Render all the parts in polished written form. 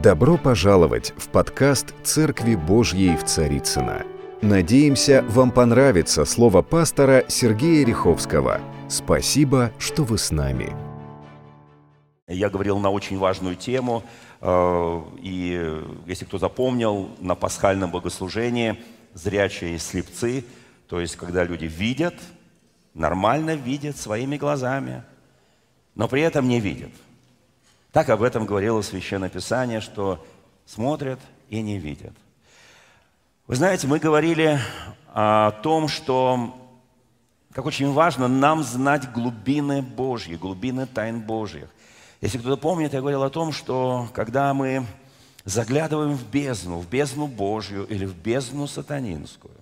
Добро пожаловать в подкаст «Церкви Божьей в Царицыно». Надеемся, вам понравится слово пастора Сергея Риховского. Спасибо, что вы с нами. Я говорил на очень важную тему, и если кто запомнил, на пасхальном богослужении зрячие и слепцы, то есть когда люди видят, нормально видят своими глазами, но при этом не видят. Так об этом говорило Священное Писание, что смотрят и не видят. Вы знаете, мы говорили о том, что, как очень важно нам знать глубины Божьи, глубины тайн Божьих. Если кто-то помнит, я говорил о том, что когда мы заглядываем в бездну Божью или в бездну сатанинскую,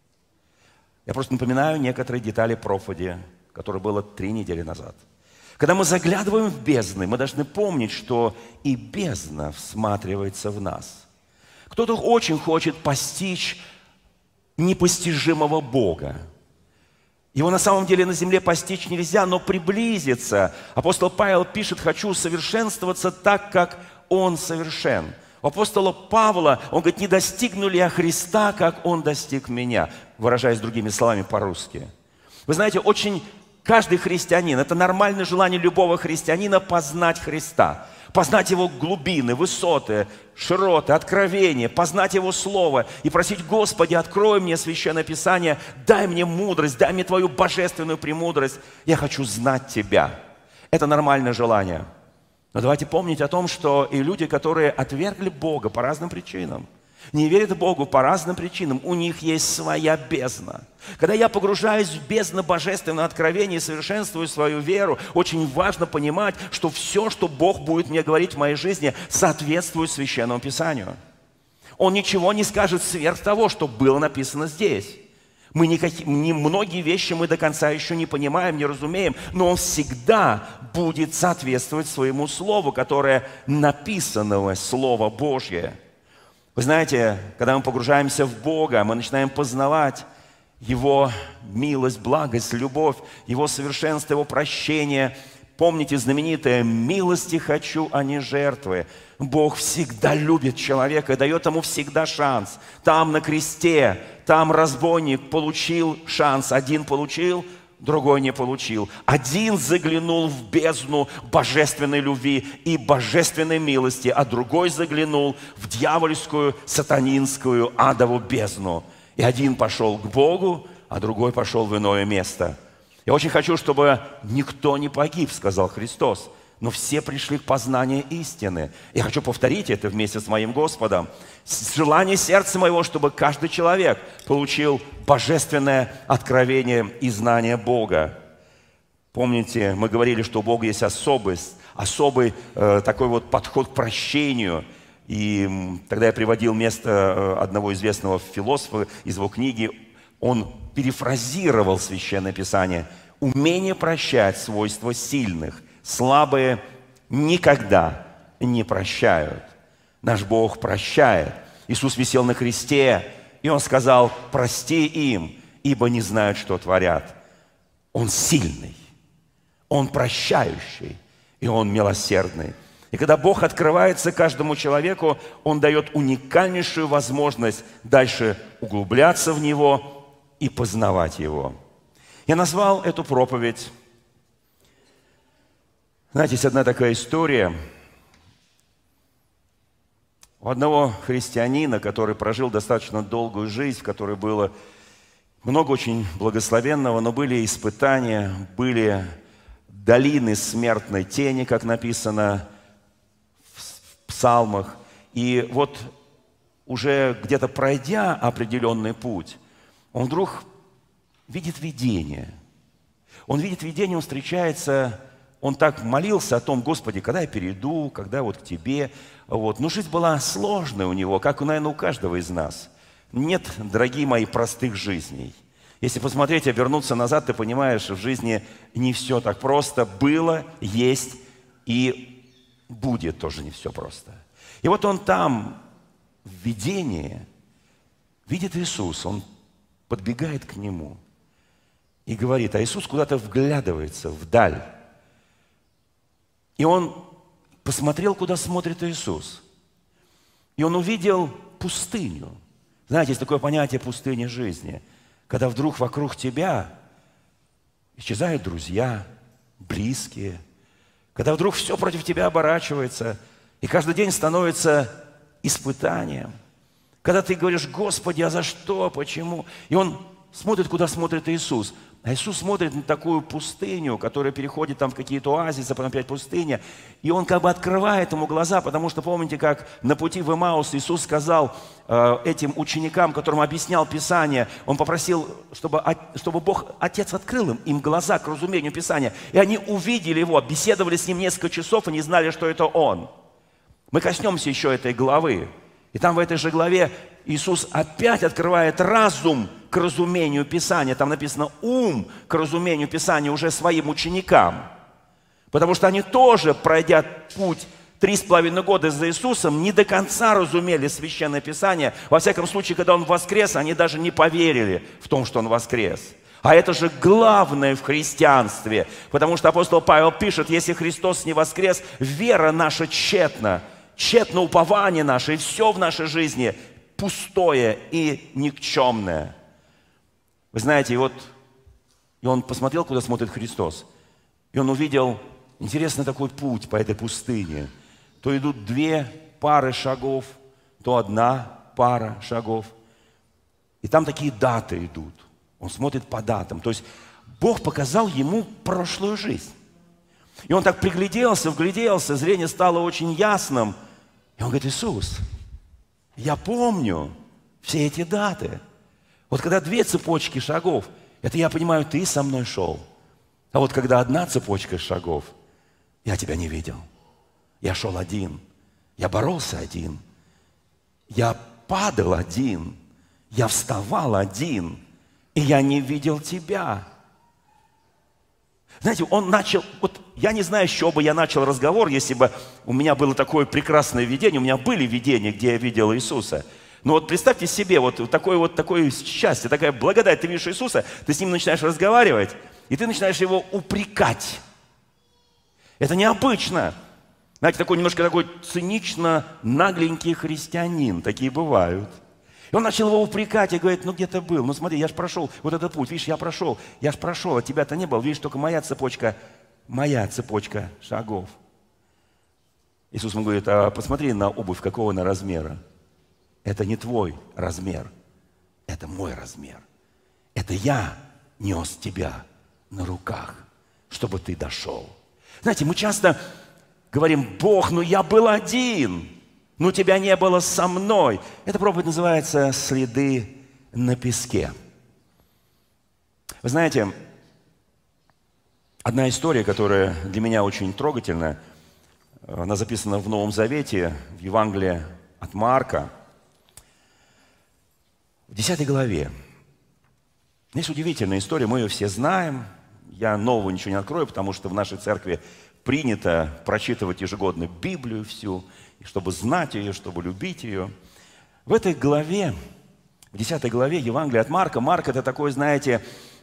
я просто напоминаю некоторые детали проповеди, которое было 3 недели назад. Когда мы заглядываем в бездны, мы должны помнить, что и бездна всматривается в нас. Кто-то очень хочет постичь непостижимого Бога. Его на самом деле на земле постичь нельзя, но приблизиться. Апостол Павел пишет: «Хочу совершенствоваться так, как Он совершен». У апостола Павла, он говорит: «Не достигну ли я Христа, как Он достиг меня», выражаясь другими словами по-русски. Вы знаете, каждый христианин, это нормальное желание любого христианина познать Христа, познать Его глубины, высоты, широты, откровения, познать Его Слово и просить: «Господи, открой мне Священное Писание, дай мне мудрость, дай мне Твою божественную премудрость, я хочу знать Тебя». Это нормальное желание. Но давайте помнить о том, что и люди, которые отвергли Бога по разным причинам, не верят Богу по разным причинам, у них есть своя бездна. Когда я погружаюсь в бездну божественного откровения и совершенствую свою веру, очень важно понимать, что все, что Бог будет мне говорить в моей жизни, соответствует Священному Писанию. Он ничего не скажет сверх того, что было написано здесь. Многие вещи мы до конца еще не понимаем, не разумеем, но Он всегда будет соответствовать своему Слову, которое написано, Слово Божье. Вы знаете, когда мы погружаемся в Бога, мы начинаем познавать Его милость, благость, любовь, Его совершенство, Его прощение. Помните знаменитое «милости хочу, а не жертвы». Бог всегда любит человека и дает ему всегда шанс. Там на кресте, там разбойник получил шанс. Один получил, другой не получил. Один заглянул в бездну божественной любви и божественной милости, а другой заглянул в дьявольскую, сатанинскую, адову бездну. И один пошел к Богу, а другой пошел в иное место. Я очень хочу, чтобы никто не погиб, сказал Христос, но все пришли к познанию истины. Я хочу повторить это вместе с моим Господом. Желание сердца моего, чтобы каждый человек получил божественное откровение и знание Бога. Помните, мы говорили, что у Бога есть особый такой вот подход к прощению. И тогда я приводил место одного известного философа из его книги. Он перефразировал Священное Писание. Умение прощать – свойство сильных. Слабые никогда не прощают. Наш Бог прощает. Иисус висел на кресте, и Он сказал: «Прости им, ибо не знают, что творят». Он сильный, Он прощающий, и Он милосердный. И когда Бог открывается каждому человеку, Он дает уникальнейшую возможность дальше углубляться в Него и познавать Его. Я назвал эту проповедь... Знаете, есть одна такая история. У одного христианина, который прожил достаточно долгую жизнь, в которой было много очень благословенного, но были испытания, были долины смертной тени, как написано в псалмах. И вот уже где-то пройдя определенный путь, он вдруг видит видение. Он видит видение, он встречается... Он так молился о том: «Господи, когда я перейду, когда вот к Тебе». Вот. Но жизнь была сложная у него, как, наверное, у каждого из нас. Нет, дорогие мои, простых жизней. Если посмотреть, вернуться назад, ты понимаешь, в жизни не все так просто. Было, есть и будет тоже не все просто. И вот он там, в видении, видит Иисуса, он подбегает к Нему и говорит, а Иисус куда-то вглядывается вдаль. И он посмотрел, куда смотрит Иисус. И он увидел пустыню. Знаете, есть такое понятие пустыни жизни, когда вдруг вокруг тебя исчезают друзья, близкие, когда вдруг все против тебя оборачивается, и каждый день становится испытанием. Когда ты говоришь: Господи, а за что, почему? И он смотрит, куда смотрит Иисус. А Иисус смотрит на такую пустыню, которая переходит там в какие-то оазисы, потом опять пустыня. И он как бы открывает ему глаза, потому что помните, как на пути в Эмаус Иисус сказал этим ученикам, которым объяснял Писание, он попросил, чтобы Бог, Отец, открыл им глаза к разумению Писания. И они увидели его, беседовали с ним несколько часов и не знали, что это он. Мы коснемся еще этой главы. И там в этой же главе Иисус опять открывает разум к разумению Писания. Там написано ум к разумению Писания уже своим ученикам. Потому что они тоже, пройдя путь 3,5 года за Иисусом, не до конца разумели Священное Писание. Во всяком случае, когда Он воскрес, они даже не поверили в том, что Он воскрес. А это же главное в христианстве. Потому что апостол Павел пишет: если Христос не воскрес, вера наша тщетна. Тщетно упование наше, и все в нашей жизни пустое и никчемное. Вы знаете, и он посмотрел, куда смотрит Христос, и он увидел интересный такой путь по этой пустыне. То идут 2 пары шагов, то 1 пара шагов. И там такие даты идут. Он смотрит по датам. То есть Бог показал ему прошлую жизнь. И он так пригляделся, вгляделся, зрение стало очень ясным. И он говорит: Иисус, я помню все эти даты. Вот когда 2 цепочки шагов, это я понимаю, ты со мной шел. А вот когда 1 цепочка шагов, я тебя не видел. Я шел один, я боролся один, я падал один, я вставал один, и я не видел тебя. Знаете, он начал, я не знаю, с чего бы я начал разговор, если бы у меня было такое прекрасное видение. У меня были видения, где я видел Иисуса. Но вот представьте себе, такое счастье, такая благодать. Ты видишь Иисуса, ты с Ним начинаешь разговаривать, и ты начинаешь Его упрекать. Это необычно. Знаете, немножко такой цинично нагленький христианин. Такие бывают. И он начал его упрекать и говорит: где ты был? Смотри, я же прошел вот этот путь. Видишь, я же прошел, а тебя-то не было. Видишь, только моя цепочка шагов. Иисус ему говорит: а посмотри на обувь, какого она размера. Это не твой размер, это мой размер. Это я нес тебя на руках, чтобы ты дошел. Знаете, мы часто говорим: Бог, я был один. Тебя не было со мной. Эта проповедь называется «Следы на песке». Вы знаете, одна история, которая для меня очень трогательна, она записана в Новом Завете, в Евангелии от Марка, в 10 главе. Есть удивительная история, мы ее все знаем. Я нового ничего не открою, потому что в нашей церкви принято прочитывать ежегодно Библию всю, и чтобы знать ее, чтобы любить ее. В этой главе, в 10 главе Евангелия от Марка, Марк – это такой, знаете,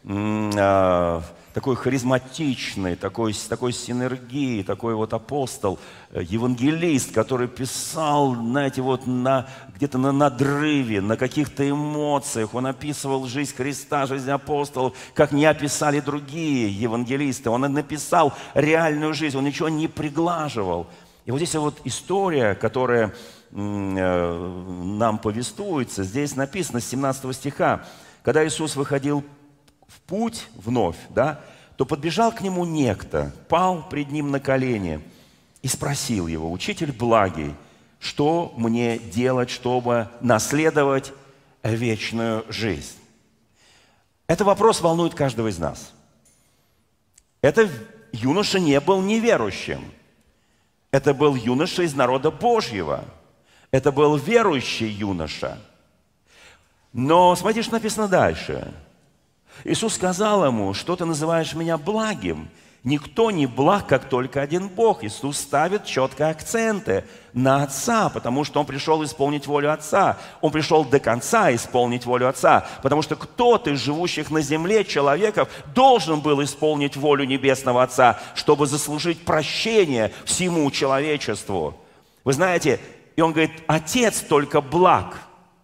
такой харизматичный, такой с синергией, такой апостол, евангелист, который писал, знаете, где-то на надрыве, на каких-то эмоциях. Он описывал жизнь Христа, жизнь апостолов, как не описали другие евангелисты. Он написал реальную жизнь, он ничего не приглаживал. И вот здесь история, которая нам повествуется, здесь написано с 17 стиха. Когда Иисус выходил в путь вновь, то подбежал к Нему некто, пал пред Ним на колени и спросил Его: «Учитель благий, что мне делать, чтобы наследовать вечную жизнь?» Этот вопрос волнует каждого из нас. Этот юноша не был неверующим. Это был юноша из народа Божьего. Это был верующий юноша. Но смотрите, что написано дальше. Иисус сказал ему: «Что ты называешь меня благим? Никто не благ, как только один Бог». Иисус ставит четко акценты на Отца, потому что Он пришел исполнить волю Отца. Он пришел до конца исполнить волю Отца, потому что кто-то из живущих на земле человеков должен был исполнить волю Небесного Отца, чтобы заслужить прощение всему человечеству. Вы знаете, И он говорит, Отец только благ.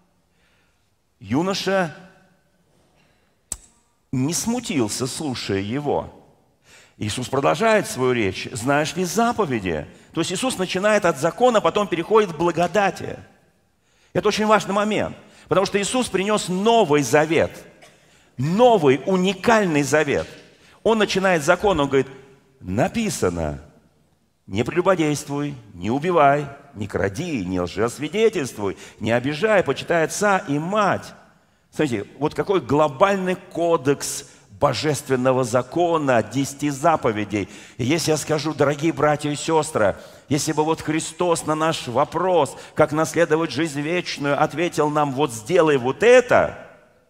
Юноша не смутился, слушая его. Иисус продолжает свою речь. Знаешь ли заповеди? То есть Иисус начинает от закона, потом переходит к благодати. Это очень важный момент. Потому что Иисус принес новый завет. Новый, уникальный завет. Он начинает с закона, он говорит, написано, не прелюбодействуй, не убивай, не кради, не лжесвидетельствуй, не обижай, почитай отца и мать. Смотрите, вот какой глобальный кодекс божественного закона, 10 заповедей. И если я скажу, дорогие братья и сестры, если бы вот Христос на наш вопрос, как наследовать жизнь вечную, ответил нам, вот сделай вот это,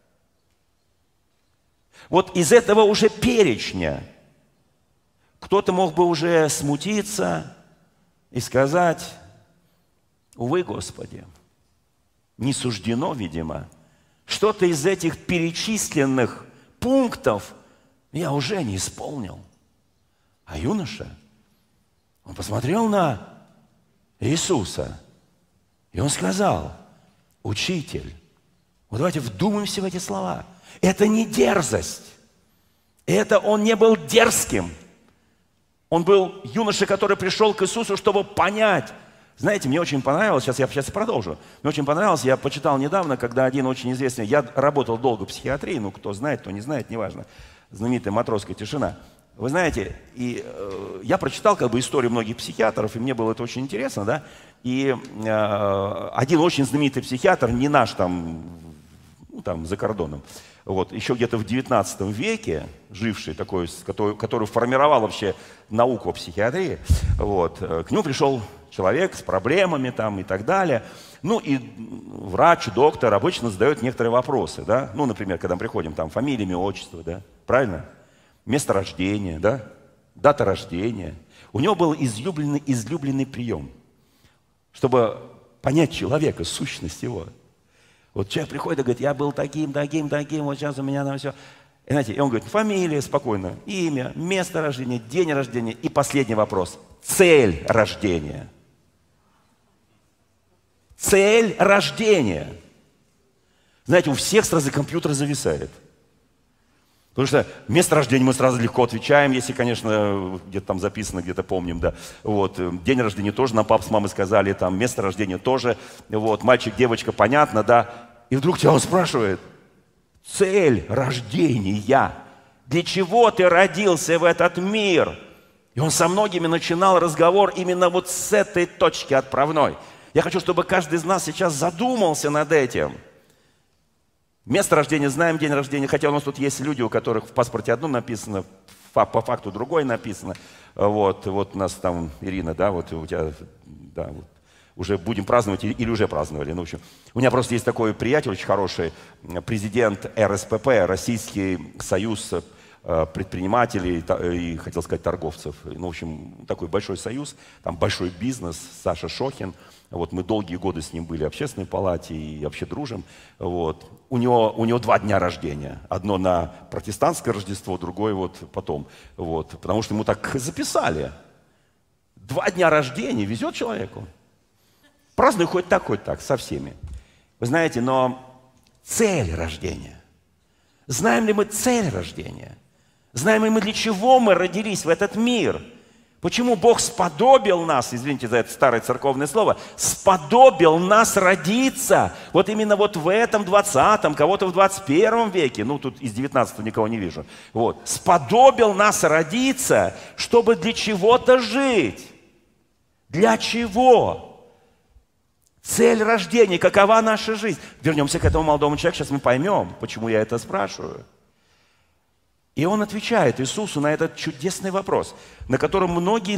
вот из этого уже перечня кто-то мог бы уже смутиться и сказать, увы, Господи, не суждено, видимо, что-то из этих перечисленных пунктов я уже не исполнил. А юноша, он посмотрел на Иисуса, и он сказал, учитель, вот давайте вдумаемся в эти слова. Это не дерзость. Это он не был дерзким. Он был юноша, который пришел к Иисусу, чтобы понять. Знаете, мне очень понравилось, сейчас продолжу. Мне очень понравилось, я почитал недавно, когда один очень известный, я работал долго в психиатрии, ну, кто знает, кто не знает, неважно, знаменитая «Матросская тишина». Вы знаете, и я прочитал как бы историю многих психиатров, и мне было это очень интересно, да, и один очень знаменитый психиатр, не наш там, ну, там, за кордоном, вот, еще где-то в 19 веке живший, такой, который формировал вообще науку о психиатрии, вот, к нему пришел человек с проблемами там и так далее. Ну и врач, доктор обычно задает некоторые вопросы, да, ну, например, когда мы приходим, там, фамилия, имя, отчество, да, правильно? Место рождения, да, дата рождения. У него был излюбленный прием, чтобы понять человека, сущность его. Вот человек приходит и говорит, я был таким, вот сейчас у меня там все. И, знаете, и он говорит, фамилия, спокойно, имя, место рождения, день рождения. И последний вопрос, цель рождения. Цель рождения. Знаете, у всех сразу компьютер зависает. Потому что место рождения мы сразу легко отвечаем, если, конечно, где-то там записано, где-то помним, да. Вот. День рождения тоже нам папа с мамой сказали, там место рождения тоже. Вот. Мальчик, девочка, понятно, да. И вдруг тебя он спрашивает, цель рождения. Для чего ты родился в этот мир? И он со многими начинал разговор именно вот с этой точки отправной. Я хочу, чтобы каждый из нас сейчас задумался над этим. Место рождения знаем, день рождения, хотя у нас тут есть люди, у которых в паспорте одно написано, по факту другое написано. Вот у нас там Ирина, да, вот у тебя, да, вот, уже будем праздновать или уже праздновали. Ну, в общем, у меня просто есть такой приятель очень хороший, президент РСПП, Российский союз предпринимателей и, хотел сказать, торговцев. Ну, в общем, такой большой союз, там большой бизнес, Саша Шохин. Вот мы долгие годы с ним были в общественной палате и вообще дружим. Вот. У него 2 дня рождения. Одно на протестантское Рождество, другое вот потом. Вот. Потому что ему так записали. 2 дня рождения, везет человеку. Празднуй хоть так, со всеми. Вы знаете, но цель рождения. Знаем ли мы цель рождения? Знаем ли мы, для чего мы родились в этот мир? Почему Бог сподобил нас, извините за это старое церковное слово, сподобил нас родиться вот именно вот в этом 20-м, кого-то в 21 веке, ну тут из 19-го никого не вижу, вот, сподобил нас родиться, чтобы для чего-то жить. Для чего? Цель рождения, какова наша жизнь? Вернемся к этому молодому человеку, сейчас мы поймем, почему я это спрашиваю. И он отвечает Иисусу на этот чудесный вопрос, на котором многие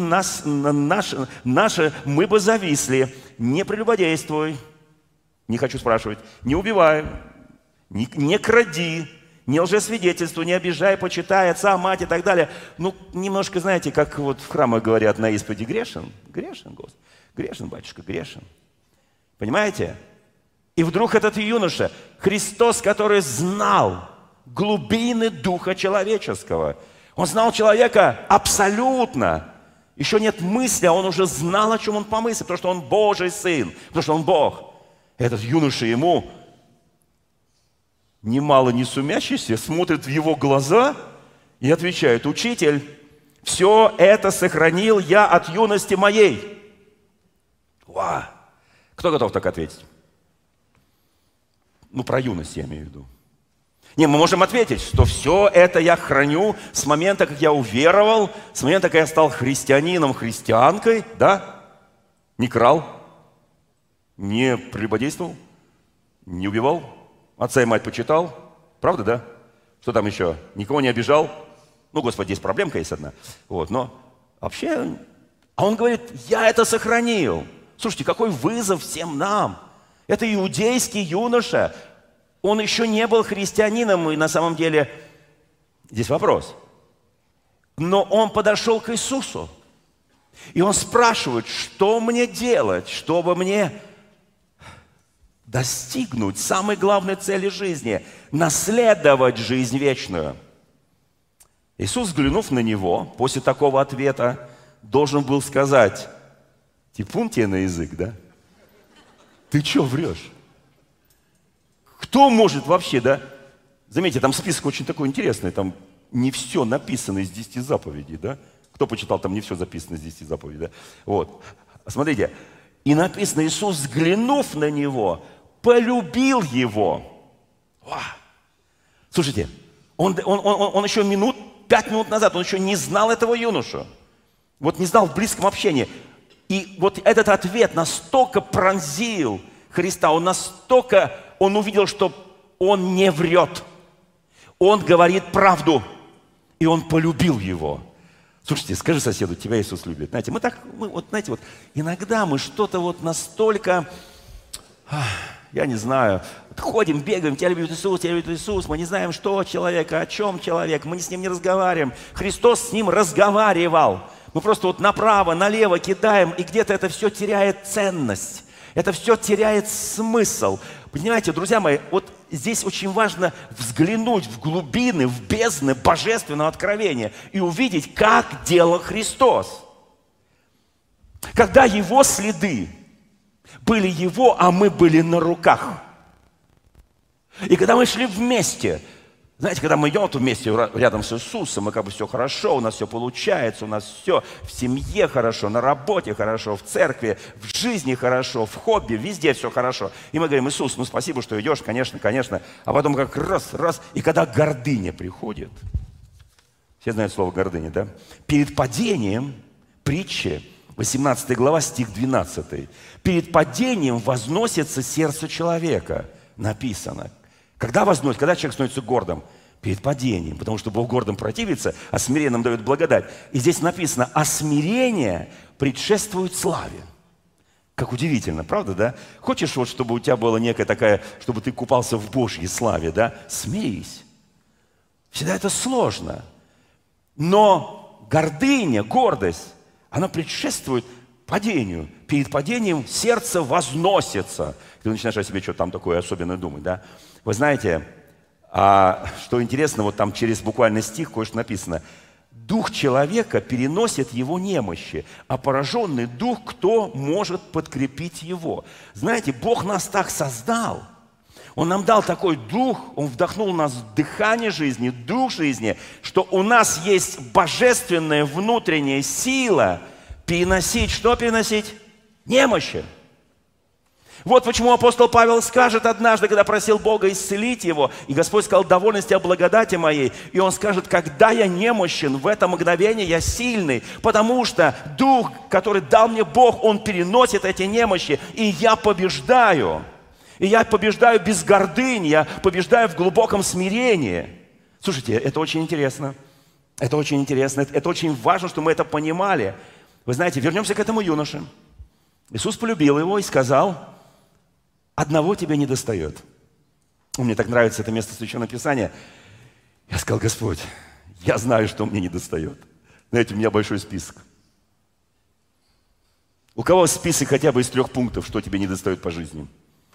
мы бы зависли. Не прелюбодействуй, не хочу спрашивать, не убивай, не кради, не лжесвидетельствуй, не обижай, почитай отца, мать и так далее. Ну, немножко, знаете, как вот в храмах говорят на исповеди, грешен, Господи, грешен, батюшка, грешен. Понимаете? И вдруг этот юноша, Христос, который знал глубины духа человеческого. Он знал человека абсолютно. Еще нет мысли, а он уже знал, о чем он помыслит, потому что он Божий сын, потому что он Бог. Этот юноша ему, немало не сумящийся, смотрит в его глаза и отвечает: «Учитель, все это сохранил я от юности моей». Ва! Кто готов так ответить? Ну, про юность я имею в виду. Не, мы можем ответить, что все это я храню с момента, как я уверовал, с момента, как я стал христианином, христианкой, да? Не крал, не прелюбодействовал, не убивал, отца и мать почитал. Правда, да? Что там еще? Никого не обижал. Ну, Господи, здесь проблемка есть одна. Вот, но вообще... А он говорит: я это сохранил. Слушайте, какой вызов всем нам. Это иудейский юноша. Он еще не был христианином, и на самом деле здесь вопрос. Но он подошел к Иисусу, и он спрашивает: что мне делать, чтобы мне достигнуть самой главной цели жизни – наследовать жизнь вечную. Иисус, взглянув на него, после такого ответа, должен был сказать: типун тебе на язык, да? Ты что врешь? Кто может вообще, да? Заметьте, там список очень такой интересный, там не все написано из 10 заповедей, да? Кто почитал, там не все записано из 10 заповедей, да? Вот. Смотрите, и написано: Иисус, взглянув на него, полюбил его. Ва! Слушайте, он еще 5 минут назад, он еще не знал этого юношу. Вот не знал в близком общении. И вот этот ответ настолько пронзил Христа, он увидел, что он не врет. Он говорит правду. И он полюбил его. Слушайте, скажи соседу: тебя Иисус любит. Знаете, иногда мы что-то вот настолько, я не знаю, ходим, бегаем: тебя любит Иисус, мы не знаем, что человека, о чем человек, мы с ним не разговариваем. Христос с ним разговаривал. Мы просто вот направо, налево кидаем, и где-то это все теряет ценность. Это все теряет смысл. Понимаете, друзья мои, вот здесь очень важно взглянуть в глубины, в бездны божественного откровения и увидеть, как делал Христос. Когда Его следы были Его, а мы были на руках. И когда мы шли вместе, знаете, когда мы идем вместе рядом с Иисусом, и как бы все хорошо, у нас все получается, у нас все в семье хорошо, на работе хорошо, в церкви, в жизни хорошо, в хобби, везде все хорошо. И мы говорим: Иисус, ну спасибо, что идешь, конечно, конечно. А потом как раз, и когда гордыня приходит, все знают слово гордыня, да? Перед падением, притчи, 18 глава, стих 12. Перед падением возносится сердце человека, написано. Когда возносит, когда человек становится гордым? Перед падением, потому что Бог гордым противится, а смиренным дает благодать. И здесь написано: а смирение предшествует славе. Как удивительно, правда, да? Хочешь, вот, чтобы у тебя была некая такая, чтобы ты купался в Божьей славе, да? Смирись. Всегда это сложно. Но гордыня, гордость, она предшествует падению. Перед падением сердце возносится. Ты начинаешь о себе что-то там такое особенное думать, да? Вы знаете, что интересно, вот там через буквально стих кое-что написано: дух человека переносит его немощи, а пораженный дух, кто может подкрепить его? Знаете, Бог нас так создал, Он нам дал такой дух, Он вдохнул в нас дыхание жизни, дух жизни, что у нас есть божественная внутренняя сила переносить, что переносить? Немощи. Вот почему апостол Павел скажет однажды, когда просил Бога исцелить его, и Господь сказал: довольность о благодати моей. И он скажет: когда я немощен, в это мгновение я сильный, потому что дух, который дал мне Бог, он переносит эти немощи, и я побеждаю. И я побеждаю без гордыни, я побеждаю в глубоком смирении. Слушайте, это очень интересно. Это очень интересно. Это очень важно, что мы это понимали. Вы знаете, вернемся к этому юноше. Иисус полюбил его и сказал: одного тебе не достает. Мне так нравится это место Священного Писания. Я сказал: Господь, я знаю, что мне не достает. Знаете, у меня большой список. У кого список хотя бы из 3 пунктов, что тебе не достает по жизни?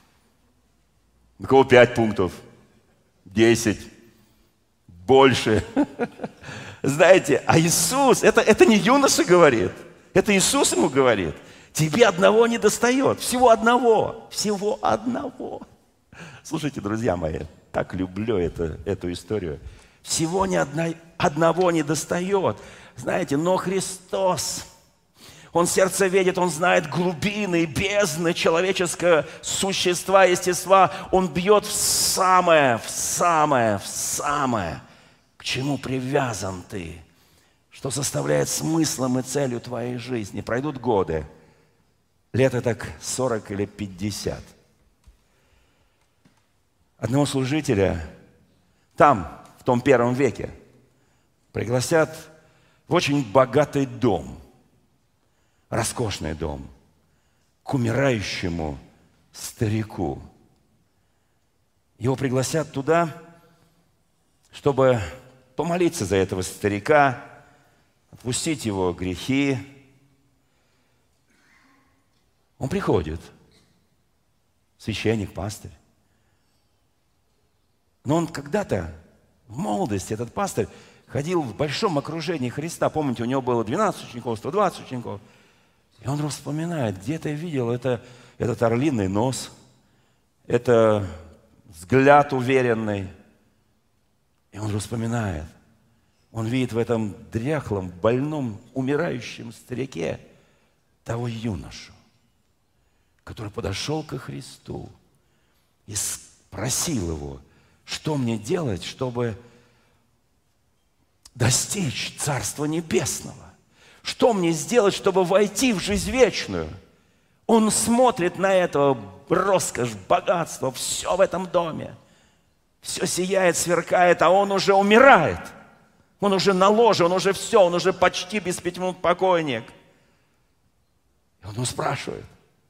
У кого 5 пунктов? 10? Больше? Знаете, а Иисус, это не юноша говорит. Это Иисус ему говорит. Тебе одного не достает. Всего одного. Всего одного. Слушайте, друзья мои, так люблю эту историю. Всего одного не достает. Знаете, но Христос, Он сердце видит, Он знает глубины, бездны человеческого существа, естества. Он бьет в самое, к чему привязан ты, что составляет смыслом и целью твоей жизни. Пройдут годы, лет так 40 или 50. Одного служителя там, в том первом веке, пригласят в очень богатый дом, роскошный дом, к умирающему старику. Его пригласят туда, чтобы помолиться за этого старика, отпустить его грехи. Он приходит, священник, пастырь. Но он когда-то, в молодости, этот пастырь, ходил в большом окружении Христа. Помните, у него было 12 учеников, 120 учеников. И он вдруг вспоминает, где-то я видел этот орлиный нос, это взгляд уверенный. И он вдруг вспоминает. Он видит в этом дряхлом, больном, умирающем старике того юношу, который подошел ко Христу и спросил его, что мне делать, чтобы достичь Царства Небесного? Что мне сделать, чтобы войти в жизнь вечную? Он смотрит на этого, роскошь, богатство, все в этом доме. Все сияет, сверкает, а он уже умирает. Он уже на ложе, он уже все, он уже почти без 5 минут покойник. И он ему спрашивает,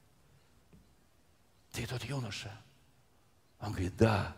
ты тот юноша? Он говорит, да.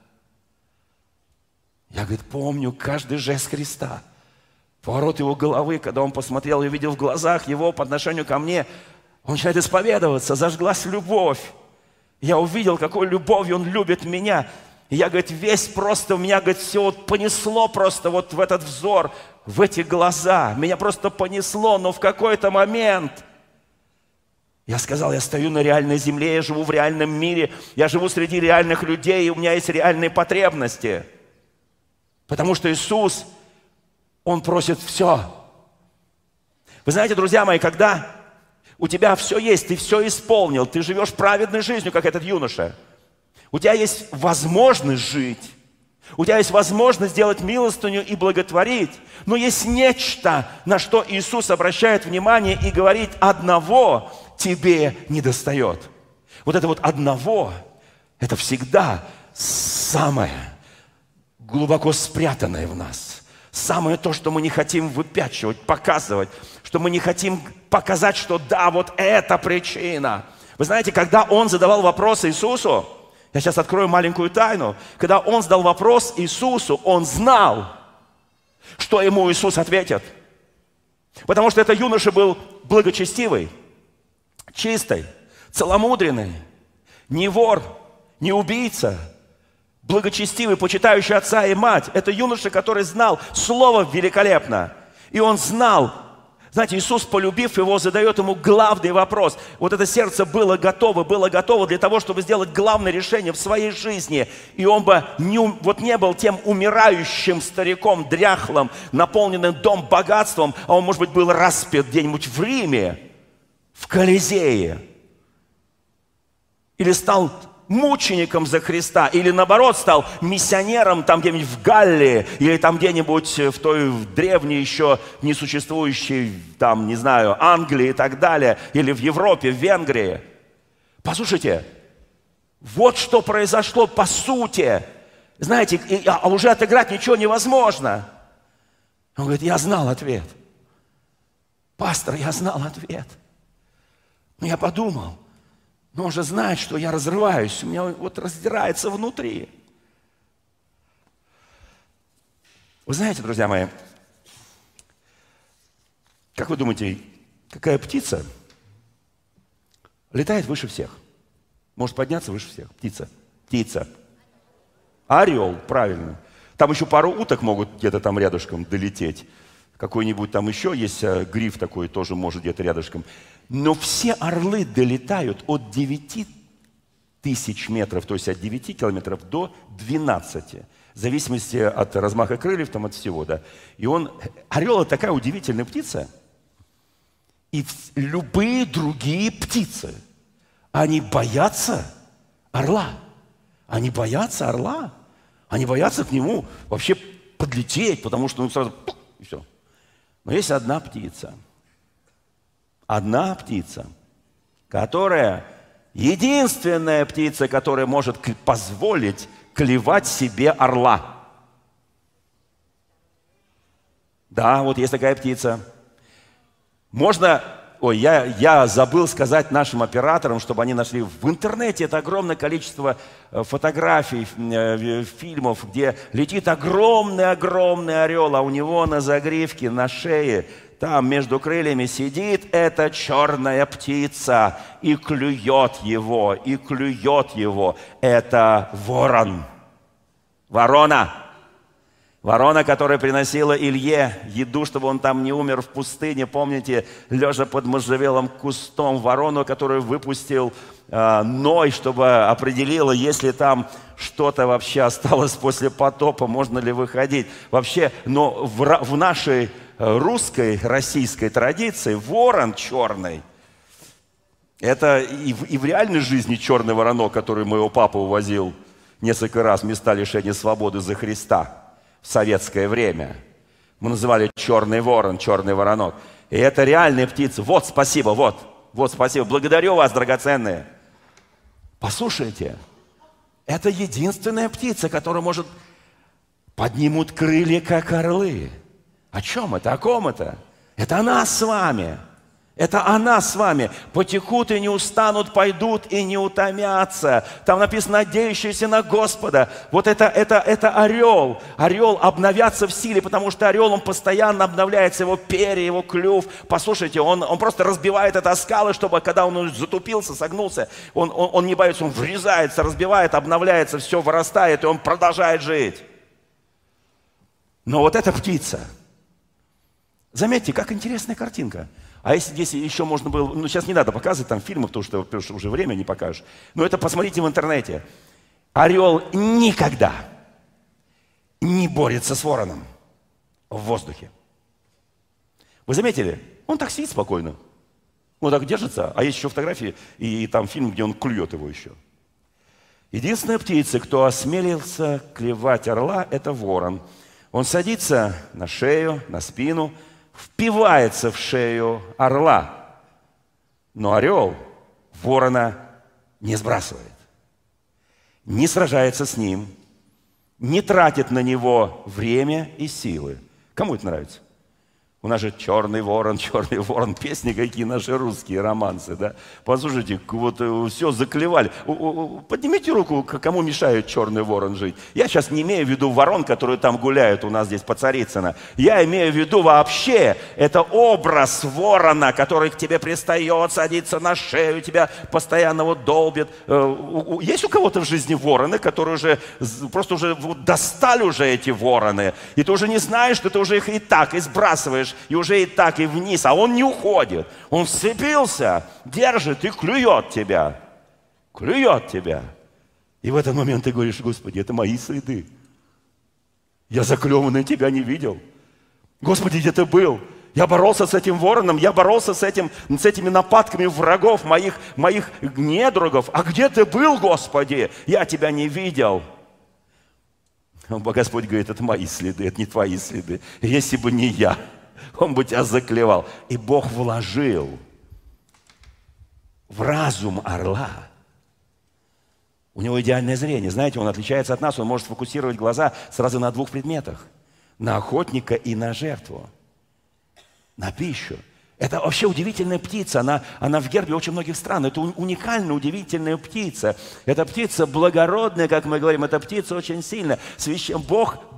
Я, говорит, помню каждый жест Христа. Поворот его головы, когда он посмотрел и увидел в глазах его по отношению ко мне, он начинает исповедоваться, зажглась любовь. Я увидел, какой любовью он любит меня. И я, говорит, весь просто, у меня, говорит, все вот понесло просто вот в этот взор, в эти глаза. Меня просто понесло, но в какой-то момент я сказал, я стою на реальной земле, я живу в реальном мире, я живу среди реальных людей, и у меня есть реальные потребности. Потому что Иисус, Он просит все. Вы знаете, друзья мои, когда у тебя все есть, ты все исполнил, ты живешь праведной жизнью, как этот юноша, у тебя есть возможность жить, у тебя есть возможность сделать милостыню и благотворить, но есть нечто, на что Иисус обращает внимание и говорит, одного тебе не достает. Вот это вот одного, это всегда самое глубоко спрятанное в нас. Самое то, что мы не хотим выпячивать, показывать, что мы не хотим показать, что да, вот это причина. Вы знаете, когда он задавал вопрос Иисусу, я сейчас открою маленькую тайну, когда он задал вопрос Иисусу, он знал, что ему Иисус ответит. Потому что этот юноша был благочестивый, чистый, целомудренный, не вор, не убийца, благочестивый, почитающий отца и мать. Это юноша, который знал Слово великолепно. И он знал, знаете, Иисус, полюбив его, задает ему главный вопрос. Вот это сердце было готово для того, чтобы сделать главное решение в своей жизни. И он бы не был тем умирающим стариком, дряхлым, наполненным дом богатством, а он, может быть, был распят где-нибудь в Риме, в Колизее. Или стал мучеником за Христа, или наоборот стал миссионером там где-нибудь в Галлии, или там где-нибудь в той древней еще несуществующей, там, не знаю, Англии и так далее, или в Европе, в Венгрии. Послушайте, вот что произошло по сути. Знаете, а уже отыграть ничего невозможно. Он говорит, я знал ответ. Пастор, я знал ответ. Но я подумал, но он же знает, что я разрываюсь, у меня вот раздирается внутри. Вы знаете, друзья мои, как вы думаете, какая птица летает выше всех? Может подняться выше всех? Птица. Орел, правильно. Там еще пару уток могут где-то там рядышком долететь. какой-нибудь там еще есть гриф такой, тоже может где-то рядышком. Но все орлы долетают от 9 тысяч метров, то есть от 9 километров до 12, в зависимости от размаха крыльев, там, от всего. Да. И орел – это такая удивительная птица. И любые другие птицы, они боятся орла. Они боятся орла. Они боятся к нему вообще подлететь, потому что сразу и все. Но есть одна птица, которая, единственная птица, которая может позволить клевать себе орла. Да, вот есть такая птица. Я забыл сказать нашим операторам, чтобы они нашли в интернете это огромное количество фотографий, фильмов, где летит огромный орел, а у него на загривке, на шее, там между крыльями сидит эта черная птица и клюет его. Это ворон. Ворона, которая приносила Илье еду, чтобы он там не умер в пустыне. Помните, лежа под можжевелым кустом, ворону, которую выпустил Ной, чтобы определила, если там что-то вообще осталось после потопа, можно ли выходить. Вообще, но в нашей российской традиции ворон черный, это и в реальной жизни черный воронок, который моего папу увозил несколько раз в места лишения свободы за Христа. В советское время. Мы называли черный ворон, черный воронок. И это реальные птицы. Вот, спасибо, вот спасибо. Благодарю вас, драгоценные. Послушайте, это единственная птица, которая может поднимут крылья, как орлы. О чем это? О ком это? Это она с вами. Это она с вами. Потекут и не устанут, пойдут и не утомятся. Там написано, надеющиеся на Господа. Вот это орел. Орел обновятся в силе, потому что орел, он постоянно обновляется, его перья, его клюв. Послушайте, он просто разбивает это о скалы, чтобы, когда он затупился, согнулся, он не боится, он врезается, разбивает, обновляется, все вырастает, и он продолжает жить. Но вот эта птица, заметьте, как интересная картинка. А если здесь еще можно было... сейчас не надо показывать там фильмы, потому что уже время не покажешь. Но это посмотрите в интернете. Орел никогда не борется с вороном в воздухе. Вы заметили? Он так сидит спокойно. Он так держится. А есть еще фотографии и там фильм, где он клюет его еще. Единственная птица, кто осмелился клевать орла, это ворон. Он садится на шею, на спину, впивается в шею орла. Но орел ворона не сбрасывает, не сражается с ним, не тратит на него время и силы. Кому это нравится? У нас же черный ворон, песни какие наши русские, романсы, да? Послушайте, вот все заклевали. Поднимите руку, кому мешает черный ворон жить. Я сейчас не имею в виду ворон, которые там гуляют у нас здесь по Царицыно. Я имею в виду вообще, это образ ворона, который к тебе пристает, садится на шею, тебя постоянно вот долбит. Есть у кого-то в жизни вороны, которые уже просто уже достали уже эти вороны, и ты уже не знаешь, что ты уже их и так и сбрасываешь, и уже и так, и вниз, а он не уходит. Он вцепился, держит и клюет тебя. Клюет тебя. И в этот момент ты говоришь, Господи, это мои следы. Я заклеванный тебя не видел. Господи, где ты был? Я боролся с этим вороном, я боролся с этими нападками врагов, моих недругов. А где ты был, Господи? Я тебя не видел. Господь говорит, это мои следы, это не твои следы. Если бы не я, Он бы тебя заклевал. И Бог вложил в разум орла. У него идеальное зрение. Знаете, он отличается от нас, он может сфокусировать глаза сразу на двух предметах. На охотника и на жертву. На пищу. Это вообще удивительная птица, она в гербе очень многих стран. Это уникальная, удивительная птица. Эта птица благородная, как мы говорим, эта птица очень сильная. Бог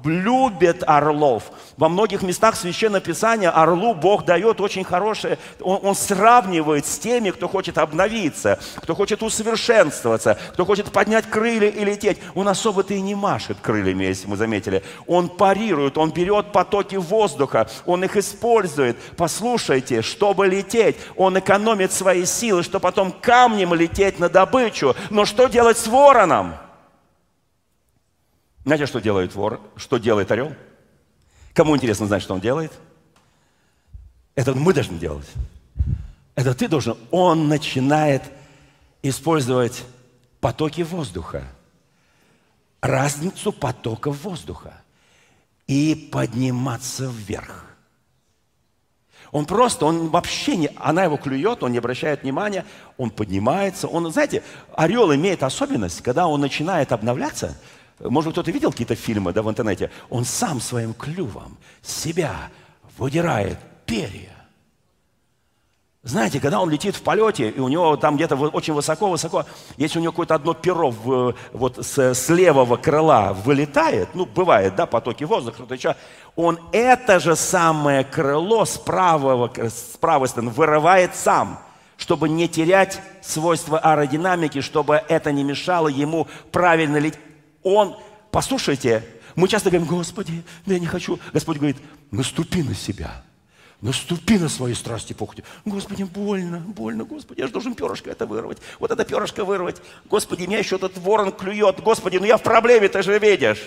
любит орлов. Во многих местах Священного Писания орлу Бог дает очень хорошее, он сравнивает с теми, кто хочет обновиться, кто хочет усовершенствоваться, кто хочет поднять крылья и лететь. Он особо-то и не машет крыльями, если мы заметили. Он парирует, он берет потоки воздуха, он их использует. Послушайте, чтобы лететь, он экономит свои силы, чтобы потом камнем лететь на добычу. Но что делать с вороном? Знаете, что делает вор? Что делает орел? Кому интересно знать, что он делает? Это мы должны делать. Это ты должен. Он начинает использовать потоки воздуха, разницу потоков воздуха и подниматься вверх. Он вообще не, она его клюет, он не обращает внимания, он поднимается. Знаете, орел имеет особенность, когда он начинает обновляться. Может быть, кто-то видел какие-то фильмы, в интернете? Он сам своим клювом себя выдирает перья. Знаете, когда он летит в полете, и у него там где-то очень высоко-высоко, если у него какое-то одно перо с левого крыла вылетает, бывает, потоки воздуха, что-то еще, он это же самое крыло с правой стороны вырывает сам, чтобы не терять свойства аэродинамики, чтобы это не мешало ему правильно лететь. Послушайте, мы часто говорим: Господи, я не хочу. Господь говорит: наступи на себя, наступи на свои страсти, похоти. Господи, больно, Господи, я же должен перышко это вырвать, вот это перышко вырвать. Господи, меня еще этот ворон клюет. Господи, я в проблеме, ты же видишь.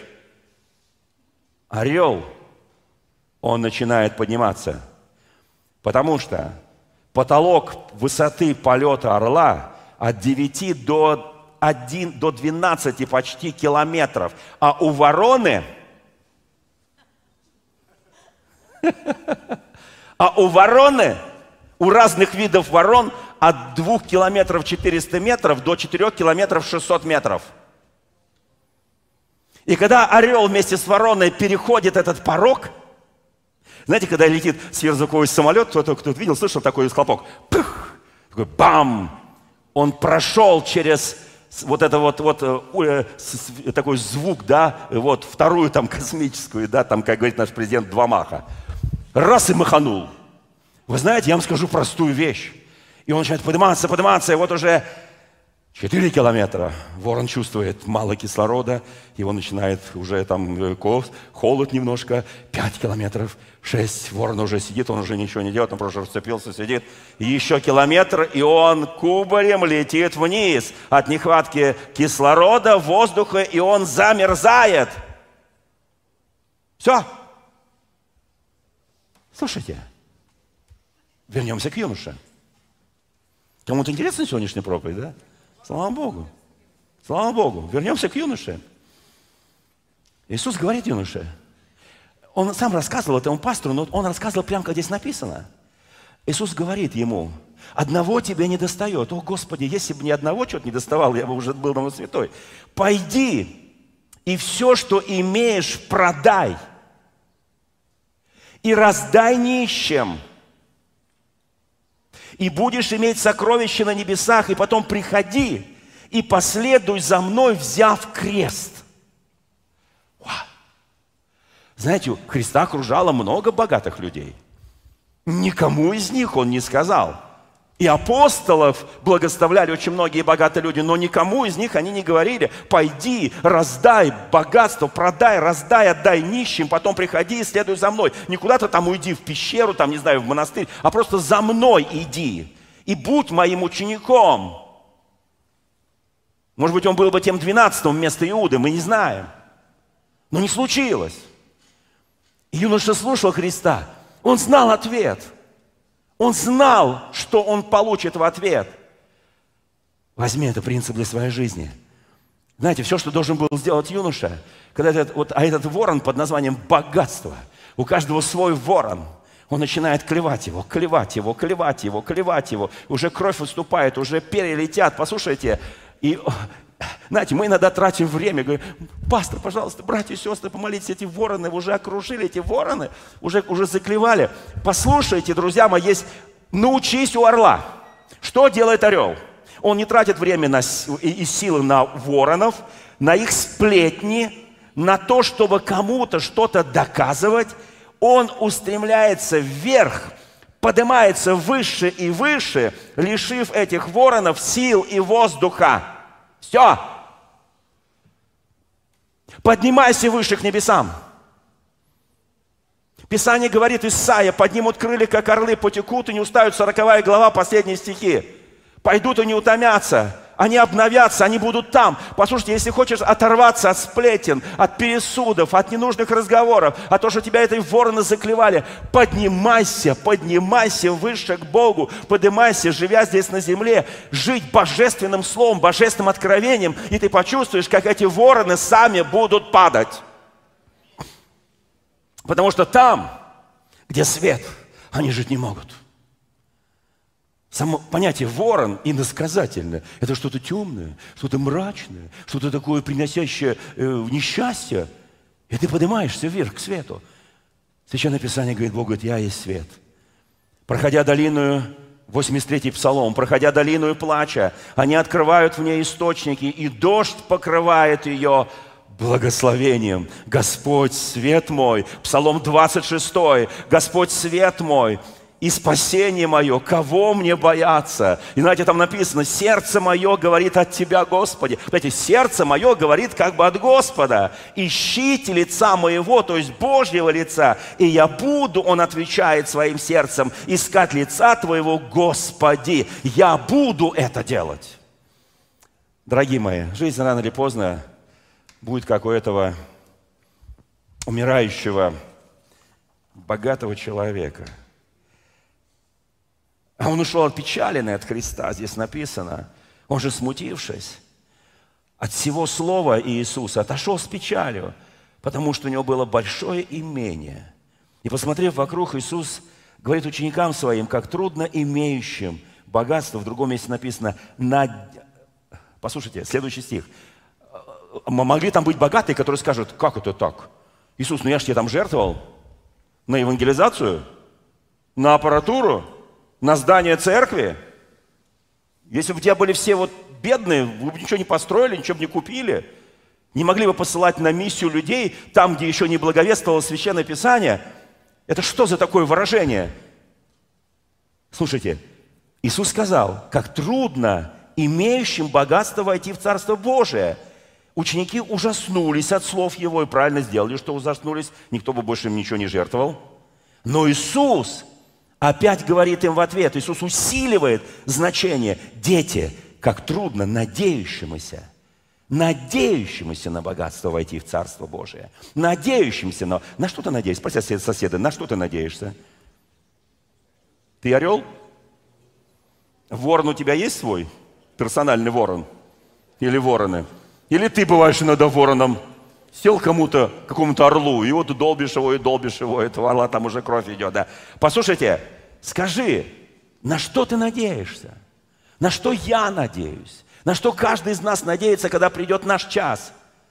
Орел, он начинает подниматься, потому что потолок высоты полета орла от 9 до 12 почти километров. А у вороны, у разных видов ворон от 2 километров 400 метров до 4 километров 600 метров. И когда орел вместе с вороной переходит этот порог, знаете, когда летит сверхзвуковой самолет, кто-то видел, слышал такой хлопок? Пух! Такой бам! Он прошел через такой звук, вторую космическую, как говорит наш президент, 2 маха. Раз и маханул. Вы знаете, я вам скажу простую вещь. И он начинает подниматься, и вот уже 4 километра. Ворон чувствует мало кислорода, его начинает уже холод немножко. 5 километров, 6. Ворон уже сидит, он уже ничего не делает, он просто расцепился, сидит. И еще километр, и он кубарем летит вниз от нехватки кислорода, воздуха, и он замерзает. Все. Слушайте, вернемся к юноше. Кому-то интересна сегодняшняя проповедь, да? Слава Богу. Слава Богу. Вернемся к юноше. Иисус говорит юноше. Он сам рассказывал этому пастору, но он рассказывал прямо, как здесь написано. Иисус говорит ему: одного тебе не достает. О, Господи, если бы ни одного чего-то не доставал, я бы уже был давно святой. Пойди и все, что имеешь, продай. И раздай нищим. И будешь иметь сокровища на небесах, и потом приходи и последуй за мной, взяв крест. Знаете, Христа окружало много богатых людей. Никому из них он не сказал. И апостолов благословляли очень многие богатые люди, но никому из них они не говорили: пойди, раздай богатство, продай, раздай, отдай нищим, потом приходи и следуй за мной. Не куда-то там уйди в пещеру, в монастырь, а просто за мной иди и будь моим учеником. Может быть, он был бы тем 12-м вместо Иуды, мы не знаем. Но не случилось. И юноша слушал Христа, он знал ответ. Он знал, что он получит в ответ. Возьми это принцип для своей жизни. Знаете, все, что должен был сделать юноша, когда этот ворон под названием богатство, у каждого свой ворон, он начинает клевать его. Уже кровь выступает, уже перья летят. Послушайте, и знаете, мы иногда тратим время, говорим: пастор, пожалуйста, братья и сестры, помолитесь, эти вороны уже окружили, эти вороны уже заклевали. Послушайте, друзья мои, научись у орла. Что делает орел? Он не тратит время и силы на воронов, на их сплетни, на то, чтобы кому-то что-то доказывать, он устремляется вверх, поднимается выше и выше, лишив этих воронов сил и воздуха. Все. Поднимайся выше к небесам. Писание говорит, Исайя: поднимут крылья, как орлы, потекут и не устают. 40 глава, последние стихи. Пойдут и не утомятся. Они обновятся, они будут там. Послушайте, если хочешь оторваться от сплетен, от пересудов, от ненужных разговоров, от того, что тебя этой вороны заклевали, поднимайся, поднимайся выше к Богу, поднимайся, живя здесь на земле, жить божественным словом, божественным откровением, и ты почувствуешь, как эти вороны сами будут падать. Потому что там, где свет, они жить не могут. Само понятие ворон иносказательное – это что-то темное, что-то мрачное, что-то такое, приносящее несчастье. И ты поднимаешься вверх к свету. Священное Писание говорит, Бог говорит, я есть свет. Проходя долину, 83-й Псалом, проходя долину плача, они открывают в ней источники, и дождь покрывает ее благословением. Господь, свет мой. Псалом 26. Господь, свет мой и спасение мое, кого мне бояться? И знаете, там написано, сердце мое говорит от Тебя, Господи. Знаете, сердце мое говорит как бы от Господа. Ищите лица моего, то есть Божьего лица, и я буду, он отвечает своим сердцем, искать лица Твоего, Господи. Я буду это делать. Дорогие мои, жизнь рано или поздно будет как у этого умирающего богатого человека. А он ушел отпечаленный от Христа, здесь написано. Он же, смутившись от всего слова Иисуса, отошел с печалью, потому что у него было большое имение. И посмотрев вокруг, Иисус говорит ученикам своим, как трудно имеющим богатство. В другом месте написано, послушайте, следующий стих. Могли там быть богатые, которые скажут, как это так? Иисус, ну я же тебе там жертвовал на евангелизацию, на аппаратуру, на здание церкви. Если бы у тебя были все вот бедные, вы бы ничего не построили, ничего бы не купили. Не могли бы посылать на миссию людей там, где еще не благовествовало Священное Писание. Это что за такое выражение? Слушайте, Иисус сказал, как трудно имеющим богатство войти в Царство Божие. Ученики ужаснулись от слов Его и правильно сделали, что ужаснулись. Никто бы больше им ничего не жертвовал. Но Иисус опять говорит им в ответ, Иисус усиливает значение. Дети, как трудно надеющемуся на богатство войти в Царство Божие. Надеющимся на что ты надеешься? Спроси соседа, на что ты надеешься? Ты орел? Ворон у тебя есть свой? Персональный ворон? Или вороны? Или ты бываешь иногда вороном? Сел кому-то, какому-то орлу, и вот долбишь его, этого орла там уже кровь идет. Да. Послушайте, скажи, на что ты надеешься? На что я надеюсь? На что каждый из нас надеется, когда придет наш час?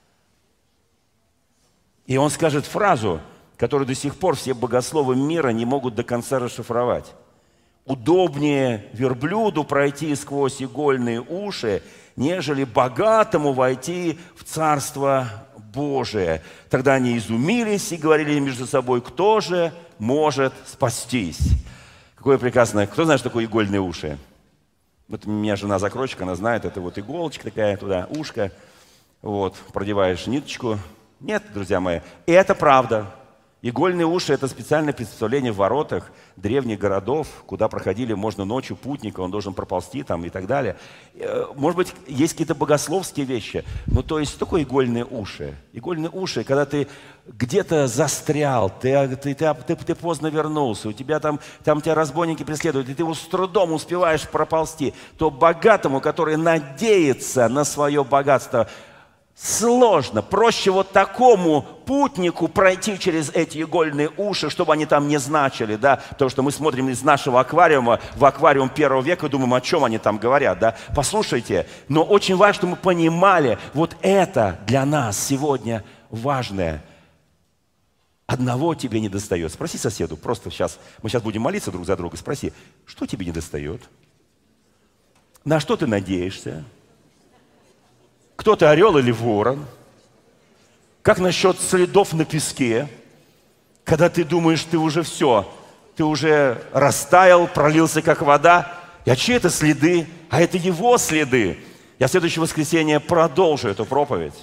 И он скажет фразу, которую до сих пор все богословы мира не могут до конца расшифровать. Удобнее верблюду пройти сквозь игольные уши, нежели богатому войти в Царство Божие. Тогда они изумились и говорили между собой, кто же может спастись? Какое прекрасное. Кто знает, что такое игольные уши? Вот у меня жена закройщик, она знает, это вот иголочка такая туда, ушко. Вот, продеваешь ниточку. Нет, друзья мои, и это правда. Игольные уши – это специальное представление в воротах древних городов, куда проходили, можно ночью путника, он должен проползти там и так далее. Может быть, есть какие-то богословские вещи, но то есть что такое игольные уши? Игольные уши, когда ты где-то застрял, ты поздно вернулся, у тебя там тебя разбойники преследуют, и ты с трудом успеваешь проползти, то богатому, который надеется на свое богатство, сложно, проще вот такому путнику пройти через эти игольные уши, чтобы они там не значили, да, потому что мы смотрим из нашего аквариума в аквариум 1 века и думаем, о чем они там говорят, да. Послушайте, но очень важно, чтобы мы понимали, вот это для нас сегодня важное. Одного тебе не достает. Спроси соседу, просто мы сейчас будем молиться друг за друга, спроси, что тебе не достает? На что ты надеешься? Кто ты, орел или ворон? Как насчет следов на песке, когда ты думаешь, ты уже все, ты уже растаял, пролился как вода, а чьи это следы? А это его следы. Я в следующее воскресенье продолжу эту проповедь.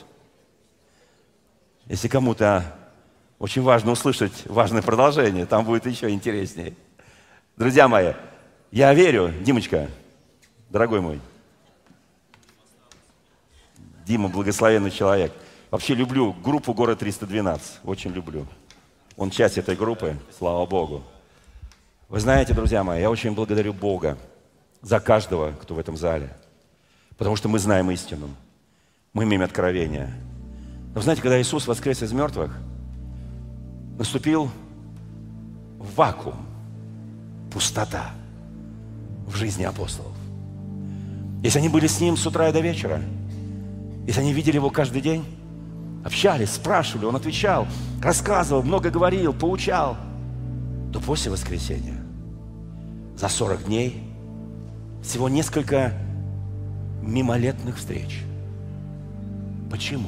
Если кому-то очень важно услышать важное продолжение, там будет еще интереснее. Друзья мои, я верю, Димочка, дорогой мой, Дима, благословенный человек. Вообще люблю группу «Город 312», очень люблю. Он часть этой группы, слава Богу. Вы знаете, друзья мои, я очень благодарю Бога за каждого, кто в этом зале. Потому что мы знаем истину, мы имеем откровение. Но вы знаете, когда Иисус воскрес из мертвых, наступил вакуум, пустота в жизни апостолов. Если они были с Ним с утра и до вечера, если они видели Его каждый день, общались, спрашивали, Он отвечал, рассказывал, много говорил, поучал, то после воскресения за 40 дней всего несколько мимолетных встреч. Почему?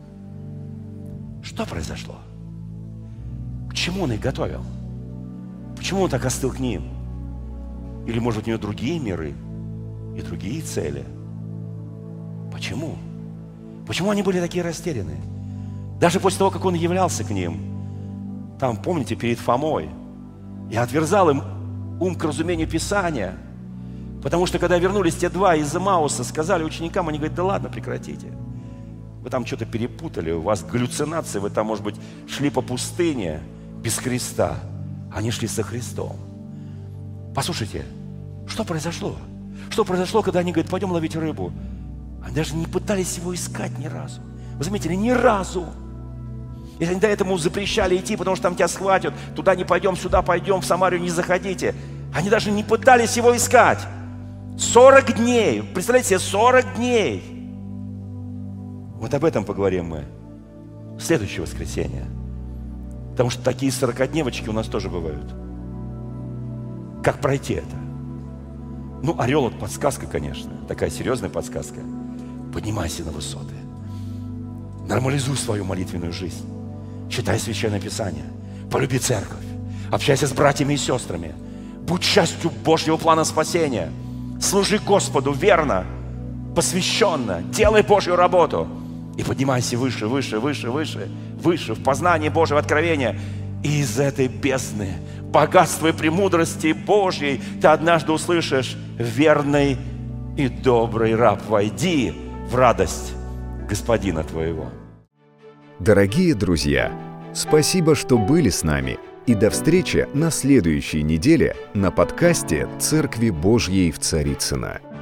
Что произошло? К чему Он их готовил? Почему Он так остыл к ним? Или, может быть, у него другие миры и другие цели? Почему? Почему они были такие растерянные? Даже после того, как Он являлся к ним, там, помните, перед Фомой, и отверзал им ум к разумению Писания. Потому что, когда вернулись те два из Эмауса, сказали ученикам, они говорят, да ладно, прекратите. Вы там что-то перепутали, у вас галлюцинации, вы там, может быть, шли по пустыне без Христа. Они шли со Христом. Послушайте, что произошло? Что произошло, когда они говорят, пойдем ловить рыбу? Они даже не пытались его искать ни разу. Вы заметили, ни разу. Если они до этого запрещали идти, потому что там тебя схватят, туда не пойдем, сюда пойдем, в Самарию не заходите. Они даже не пытались его искать. 40 дней. Представляете себе, 40 дней. Вот об этом поговорим мы в следующее воскресенье. Потому что такие 40-дневочки у нас тоже бывают. Как пройти это? Ну, орел — это подсказка, конечно. Такая серьезная подсказка. Поднимайся на высоты. Нормализуй свою молитвенную жизнь. Читай Священное Писание. Полюби церковь. Общайся с братьями и сестрами. Будь частью Божьего плана спасения. Служи Господу верно, посвященно. Делай Божью работу. И поднимайся выше, выше, выше, выше, выше в познании Божьего откровения. И из этой бездны, богатства и премудрости Божьей ты однажды услышишь: верный и добрый раб, войди в радость Господина твоего. Дорогие друзья, спасибо, что были с нами. И до встречи на следующей неделе на подкасте «Церкви Божьей в Царицыно».